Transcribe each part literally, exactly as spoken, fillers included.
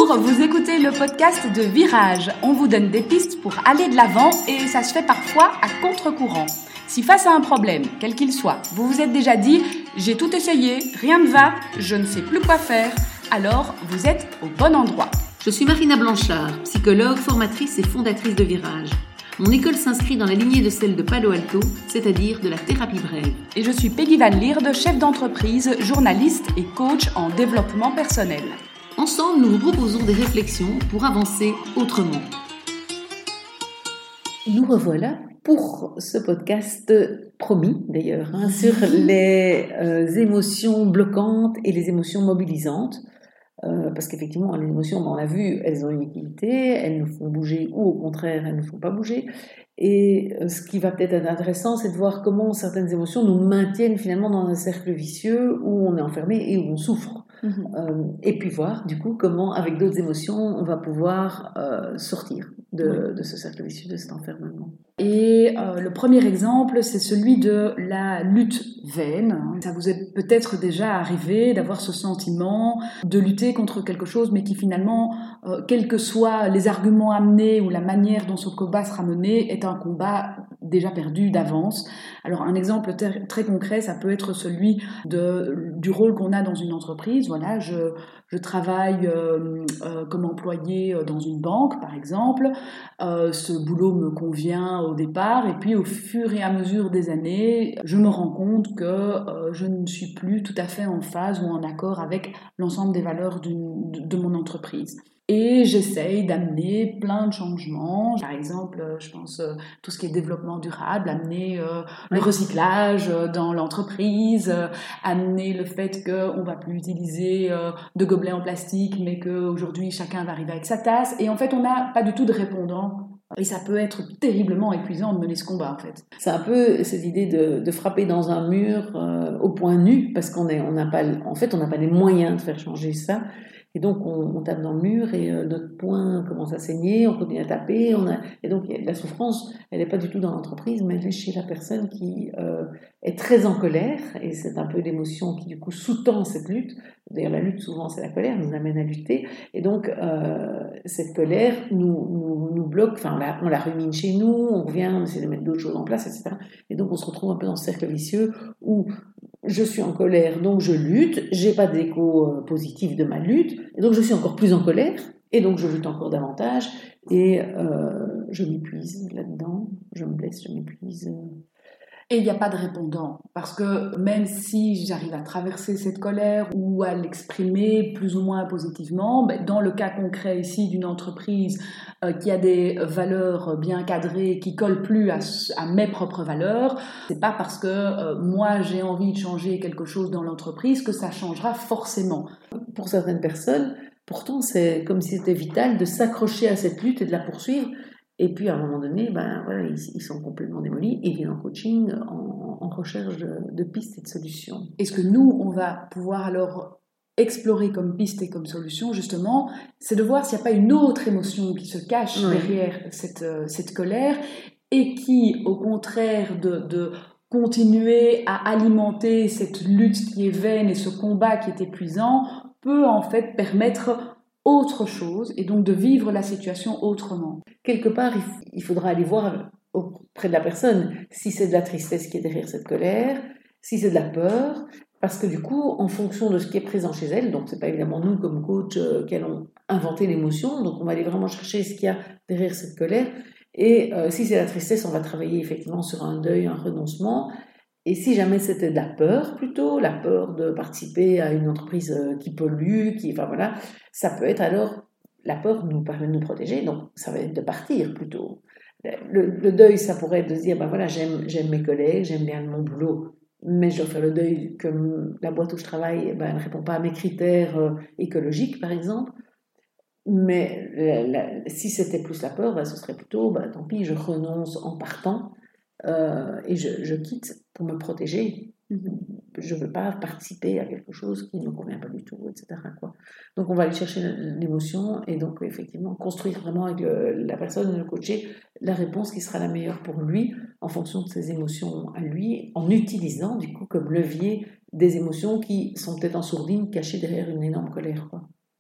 Bonjour, vous écoutez le podcast de Virage. On vous donne des pistes pour aller de l'avant et ça se fait parfois à contre-courant. Si face à un problème, quel qu'il soit, vous vous êtes déjà dit « j'ai tout essayé, rien ne va, je ne sais plus quoi faire », alors vous êtes au bon endroit. Je suis Marina Blanchard, psychologue, formatrice et fondatrice de Virage. Mon école s'inscrit dans la lignée de celle de Palo Alto, c'est-à-dire de la thérapie brève. Et je suis Peggy Van Lierde, chef d'entreprise, journaliste et coach en développement personnel. Ensemble, nous vous proposons des réflexions pour avancer autrement. Nous revoilà pour ce podcast promis d'ailleurs, hein, sur les euh, émotions bloquantes et les émotions mobilisantes. Euh, parce qu'effectivement, les émotions, on l'a vu, elles ont une utilité, elles nous font bouger ou au contraire, elles ne nous font pas bouger. Et euh, ce qui va peut-être être intéressant, c'est de voir comment certaines émotions nous maintiennent finalement dans un cercle vicieux où on est enfermé et où on souffre. Mmh. Euh, et puis voir du coup comment avec d'autres émotions on va pouvoir euh, sortir de, oui. de ce cercle vicieux, de cet enfermement. Et euh, le premier exemple, c'est celui de la lutte vaine. Ça vous est peut-être déjà arrivé d'avoir ce sentiment de lutter contre quelque chose, mais qui finalement, euh, quels que soient les arguments amenés ou la manière dont ce combat sera mené, est un combat déjà perdu d'avance. Alors un exemple ter- très concret, ça peut être celui de, du rôle qu'on a dans une entreprise. Voilà, je, je travaille euh, euh, comme employé dans une banque, par exemple. Euh, ce boulot me convient au départ, et puis au fur et à mesure des années, je me rends compte que euh, je ne suis plus tout à fait en phase ou en accord avec l'ensemble des valeurs d'une, de, de mon entreprise. Et j'essaye d'amener plein de changements. Par exemple, je pense euh, tout ce qui est développement durable, amener euh, le recyclage euh, dans l'entreprise, euh, amener le fait qu'on ne va plus utiliser euh, de gobelets en plastique, mais qu'aujourd'hui chacun va arriver avec sa tasse. Et en fait, on n'a pas du tout de répondant. Et ça peut être terriblement épuisant de mener ce combat, en fait. C'est un peu cette idée de, de frapper dans un mur euh, au point nu, parce qu'on est, on n'a pas, en fait, on n'a pas les moyens de faire changer ça. Et donc, on, on tape dans le mur et euh, notre poing commence à saigner, on continue à taper. On a, et donc, la souffrance, elle n'est pas du tout dans l'entreprise, mais elle est chez la personne qui euh, est très en colère. Et c'est un peu l'émotion qui, du coup, sous-tend cette lutte. D'ailleurs, la lutte, souvent, c'est la colère, nous amène à lutter. Et donc, euh, cette colère nous, nous, nous bloque, enfin, on la, on la rumine chez nous, on revient, on essaie de mettre d'autres choses en place, et cetera. Et donc, on se retrouve un peu dans ce cercle vicieux où je suis en colère, donc je lutte, j'ai pas d'écho positif de ma lutte, et donc je suis encore plus en colère, et donc je lutte encore davantage, et euh, je m'épuise là-dedans, je me blesse, je m'épuise. Et il n'y a pas de répondant, parce que même si j'arrive à traverser cette colère ou à l'exprimer plus ou moins positivement, ben dans le cas concret ici d'une entreprise euh, qui a des valeurs bien cadrées, qui collent plus à, à mes propres valeurs, c'est pas parce que euh, moi j'ai envie de changer quelque chose dans l'entreprise que ça changera forcément. Pour certaines personnes, pourtant c'est comme si c'était vital de s'accrocher à cette lutte et de la poursuivre. Et puis, à un moment donné, ben, voilà, ils, ils sont complètement démolis et ils viennent en coaching, en, en recherche de, de pistes et de solutions. Et ce que nous, on va pouvoir alors explorer comme piste et comme solution, justement, c'est de voir s'il n'y a pas une autre émotion qui se cache oui. derrière cette, euh, cette colère et qui, au contraire de, de continuer à alimenter cette lutte qui est vaine et ce combat qui est épuisant, peut en fait permettre autre chose et donc de vivre la situation autrement. Quelque part, il faudra aller voir auprès de la personne si c'est de la tristesse qui est derrière cette colère, si c'est de la peur, parce que du coup, en fonction de ce qui est présent chez elle, donc c'est pas évidemment nous comme coach euh, qui allons inventer l'émotion, donc on va aller vraiment chercher ce qu'il y a derrière cette colère, et euh, si c'est la tristesse, on va travailler effectivement sur un deuil, un renoncement. Et si jamais c'était de la peur plutôt, la peur de participer à une entreprise qui pollue, qui, enfin voilà, ça peut être alors, la peur nous permet de nous protéger, donc ça va être de partir plutôt. Le, le deuil, ça pourrait être de se dire, ben voilà, j'aime, j'aime mes collègues, j'aime bien mon boulot, mais je dois faire le deuil que la boîte où je travaille, ben, elle ne répond pas à mes critères euh, écologiques, par exemple. Mais la, la, si c'était plus la peur, ben, ce serait plutôt, ben, tant pis, je renonce en partant. Euh, et je, je quitte pour me protéger. Je ne veux pas participer à quelque chose qui ne me convient pas du tout, et cetera, quoi. Donc on va aller chercher l'émotion et donc effectivement construire vraiment avec le, la personne, le coacher, la réponse qui sera la meilleure pour lui en fonction de ses émotions à lui, en utilisant du coup comme levier des émotions qui sont peut-être en sourdine, cachées derrière une énorme colère, quoi.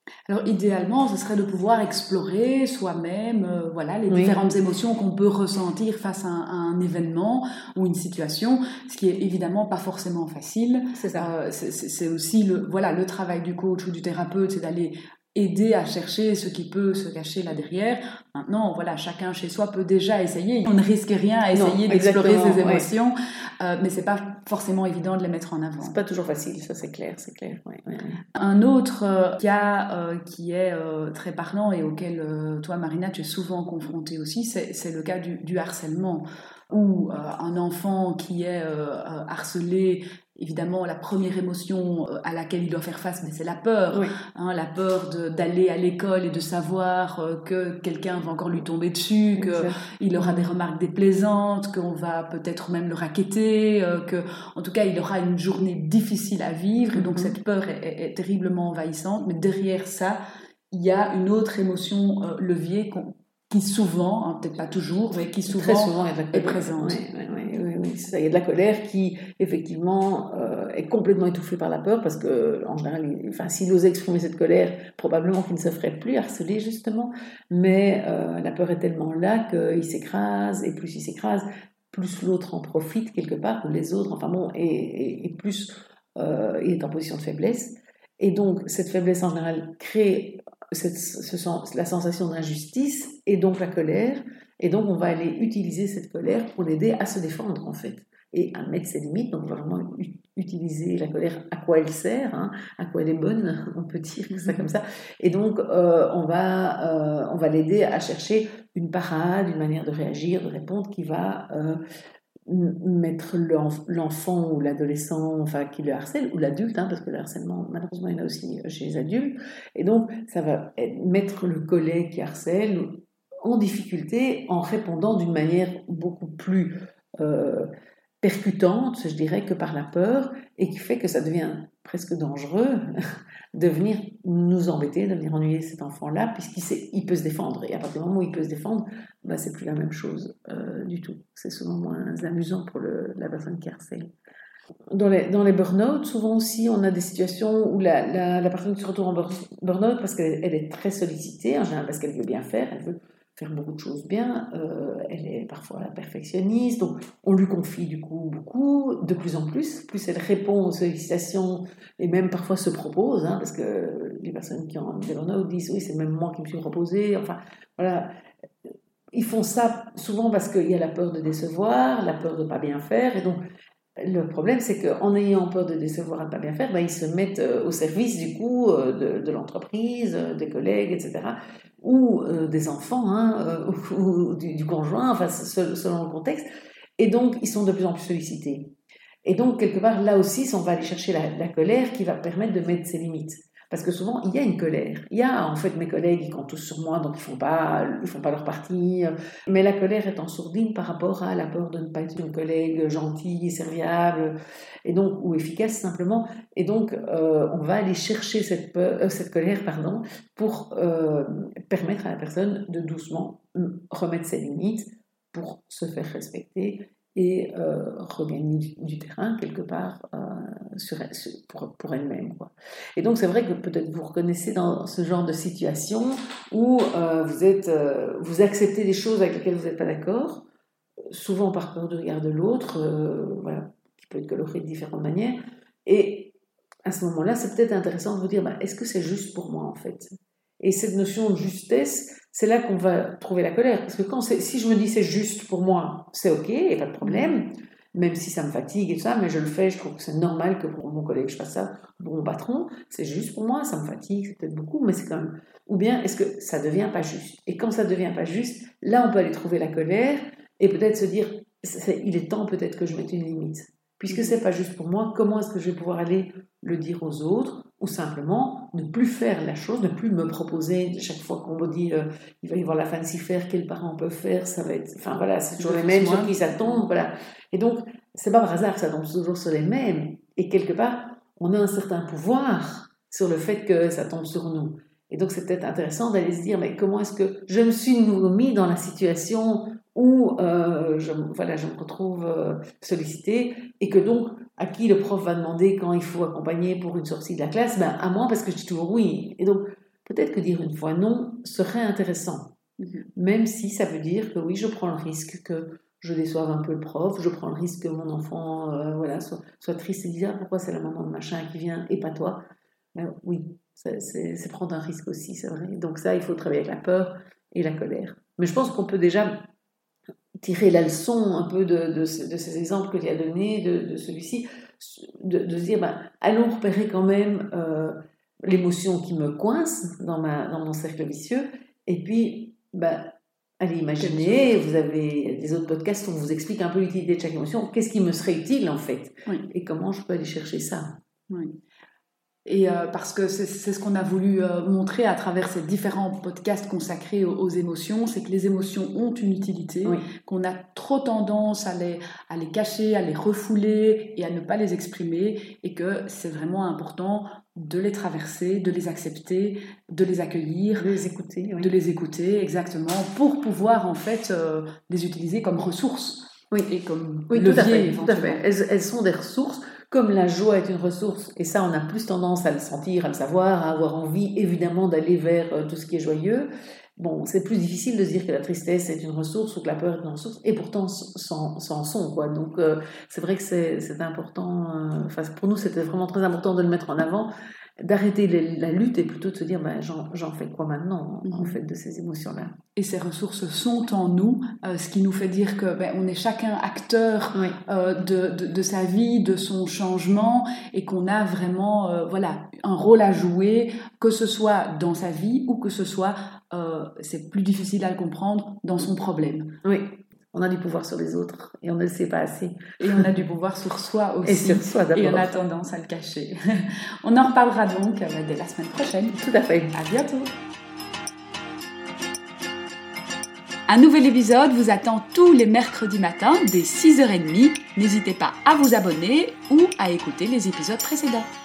Alors idéalement, ce serait de pouvoir explorer soi-même euh, voilà, les Oui. différentes émotions qu'on peut ressentir face à un, à un événement ou une situation, ce qui est évidemment pas forcément facile. C'est ça. Euh, c'est, c'est aussi le, voilà, le travail du coach ou du thérapeute, c'est d'aller aider à chercher ce qui peut se cacher là derrière. Maintenant, voilà, chacun chez soi peut déjà essayer. On ne risque rien à essayer Non, d'explorer ses exactement, émotions, euh, mais c'est pas forcément évident de les mettre en avant. C'est pas toujours facile, ça c'est clair, c'est clair. Ouais, ouais, ouais. Un autre euh, cas euh, qui est euh, très parlant et auquel euh, toi, Marina, tu es souvent confrontée aussi, c'est, c'est le cas du, du harcèlement, où euh, un enfant qui est euh, harcelé, évidemment, la première émotion euh, à laquelle il doit faire face, mais c'est la peur. Oui. Hein, la peur de, d'aller à l'école et de savoir euh, que quelqu'un va encore lui tomber dessus, qu'il aura des remarques déplaisantes, qu'on va peut-être même le raqueter, euh, que, en tout cas, il aura une journée difficile à vivre. Et donc, mm-hmm. cette peur est, est, est terriblement envahissante. Mais derrière ça, il y a une autre émotion euh, levier qu'on, qui souvent, hein, peut-être pas toujours, mais qui souvent, Très souvent est présente. Oui, oui, oui, oui, oui, c'est ça. Il y a de la colère qui, effectivement, euh, est complètement étouffée par la peur, parce que, en général, il, enfin, s'il osait exprimer cette colère, probablement qu'il ne se ferait plus harceler, justement. Mais euh, la peur est tellement là qu'il s'écrase, et plus il s'écrase, plus l'autre en profite quelque part, ou les autres, enfin bon, et, et, et plus euh, il est en position de faiblesse. Et donc, cette faiblesse, en général, crée cette, ce sens, la sensation d'injustice et donc la colère. Et donc, on va aller utiliser cette colère pour l'aider à se défendre, en fait, et à mettre ses limites. Donc, on va vraiment u- utiliser la colère, à quoi elle sert, hein, à quoi elle est bonne, on peut dire ça comme ça. Et donc, euh, on va, euh, on va l'aider à chercher une parade, une manière de réagir, de répondre qui va... Euh, mettre l'enf- l'enfant ou l'adolescent, enfin qui le harcèle, ou l'adulte, hein, parce que le harcèlement, malheureusement, il y en a aussi chez les adultes, et donc ça va mettre le collègue qui harcèle en difficulté en répondant d'une manière beaucoup plus euh, percutante, je dirais, que par la peur, et qui fait que ça devient presque dangereux de venir nous embêter, de venir ennuyer cet enfant-là, puisqu'il sait, il peut se défendre. Et à partir du moment où il peut se défendre, bah, c'est plus la même chose euh, du tout. C'est souvent moins amusant pour le, la personne qui harcèle. Dans les, dans les burn-out, souvent aussi, on a des situations où la, la, la personne se retrouve en burn-out parce qu'elle elle est très sollicitée, en général parce qu'elle veut bien faire, elle veut faire beaucoup de choses bien, euh, elle est parfois perfectionniste, donc on lui confie du coup beaucoup, de plus en plus, plus elle répond aux sollicitations et même parfois se propose, hein, parce que les personnes qui ont des burn-out disent oui, c'est même moi qui me suis proposé, enfin voilà. Ils font ça souvent parce qu'il y a la peur de décevoir, la peur de ne pas bien faire, et donc le problème, c'est qu'en ayant peur de décevoir et de ne pas bien faire, ben, ils se mettent au service du coup de, de l'entreprise, des collègues, et cetera, ou euh, des enfants, hein, euh, ou, ou du, du conjoint, enfin selon le contexte, et donc ils sont de plus en plus sollicités. Et donc quelque part, là aussi, on va aller chercher la, la colère qui va permettre de mettre ses limites. Parce que souvent, il y a une colère. Il y a, en fait, mes collègues, ils comptent tous sur moi, donc ils ne font pas, ils font pas leur partie. Mais la colère est en sourdine par rapport à la peur de ne pas être une collègue gentille, serviable, et donc, ou efficace simplement. Et donc, euh, on va aller chercher cette, peur, euh, cette colère pardon, pour euh, permettre à la personne de doucement remettre ses limites pour se faire respecter et euh, regagner du, du terrain quelque part euh, sur, sur, pour, pour elle-même, quoi. Et donc c'est vrai que peut-être vous reconnaissez dans ce genre de situation où euh, vous, êtes, euh, vous acceptez des choses avec lesquelles vous n'êtes pas d'accord, souvent par peur du regard de l'autre, euh, voilà, qui peut être coloré de différentes manières, et à ce moment-là c'est peut-être intéressant de vous dire bah, est-ce que c'est juste pour moi en fait? Et cette notion de justesse, c'est là qu'on va trouver la colère. Parce que quand c'est, si je me dis c'est juste pour moi, c'est ok, il n'y a pas de problème, même si ça me fatigue et tout ça, mais je le fais, je trouve que c'est normal que pour mon collègue je fasse ça, pour mon patron, c'est juste pour moi, ça me fatigue, c'est peut-être beaucoup, mais c'est quand même... Ou bien est-ce que ça ne devient pas juste? Et quand ça ne devient pas juste, là on peut aller trouver la colère et peut-être se dire, c'est, il est temps peut-être que je mette une limite. Puisque ce n'est pas juste pour moi, comment est-ce que je vais pouvoir aller le dire aux autres, ou simplement ne plus faire la chose, ne plus me proposer chaque fois qu'on me dit euh, il va y avoir la fancy faire, quels parents peuvent faire, ça va être... Enfin voilà, c'est toujours les mêmes sur qui ça tombe, voilà. Et donc, c'est pas par hasard que ça tombe toujours sur les mêmes. Et quelque part, on a un certain pouvoir sur le fait que ça tombe sur nous. Et donc, c'est peut-être intéressant d'aller se dire, mais comment est-ce que je me suis mis dans la situation où euh, je, voilà, je me retrouve euh, sollicitée et que donc, à qui le prof va demander quand il faut accompagner pour une sortie de la classe? Ben, à moi, parce que je dis toujours oui. Et donc, peut-être que dire une fois non serait intéressant. Mhm. Même si ça veut dire que oui, je prends le risque que je déçoive un peu le prof, je prends le risque que mon enfant euh, voilà, soit, soit triste et dise ah, pourquoi c'est la maman de machin qui vient et pas toi. Ben, oui, c'est, c'est, c'est prendre un risque aussi, c'est vrai. Donc ça, il faut travailler avec la peur et la colère. Mais je pense qu'on peut déjà tirer la leçon un peu de, de, de ces exemples que tu as donnés, de, de celui-ci, de, de se dire, ben, allons repérer quand même euh, l'émotion qui me coince dans, ma, dans mon cercle vicieux, et puis, ben, allez, imaginez, vous avez des autres podcasts où on vous explique un peu l'utilité de chaque émotion, qu'est-ce qui me serait utile en fait, oui. et comment je peux aller chercher ça. Oui. Et euh, parce que c'est, c'est ce qu'on a voulu euh, montrer à travers ces différents podcasts consacrés aux, aux émotions, c'est que les émotions ont une utilité, oui. qu'on a trop tendance à les, à les cacher, à les refouler et à ne pas les exprimer, et que c'est vraiment important de les traverser, de les accepter, de les accueillir, de les écouter, oui. de les écouter exactement, pour pouvoir en fait euh, les utiliser comme ressources. Oui, et comme oui, levier, tout à fait. Tout à fait. Elles, elles sont des ressources. Comme la joie est une ressource, et ça on a plus tendance à le sentir, à le savoir, à avoir envie évidemment d'aller vers euh, tout ce qui est joyeux. Bon, c'est plus difficile de se dire que la tristesse est une ressource ou que la peur est une ressource, et pourtant c'en sont, quoi. Donc euh, c'est vrai que c'est, c'est important, euh, enfin, pour nous c'était vraiment très important de le mettre en avant, d'arrêter les, la lutte et plutôt de se dire ben, j'en, j'en fais quoi maintenant en mm-hmm. fait de ces émotions-là. Et ces ressources sont en nous, euh, ce qui nous fait dire que ben, on est chacun acteur oui. euh, de, de, de sa vie, de son changement, et qu'on a vraiment euh, voilà, un rôle à jouer, que ce soit dans sa vie ou que ce soit, euh, c'est plus difficile à le comprendre, dans son problème. Oui. On a du pouvoir sur les autres et on ne le sait pas assez. Et on a du pouvoir sur soi aussi. Et sur soi d'abord. Et on a tendance à le cacher. On en reparlera donc dès la semaine prochaine. Tout à fait. À bientôt. Un nouvel épisode vous attend tous les mercredis matins dès six heures trente. N'hésitez pas à vous abonner ou à écouter les épisodes précédents.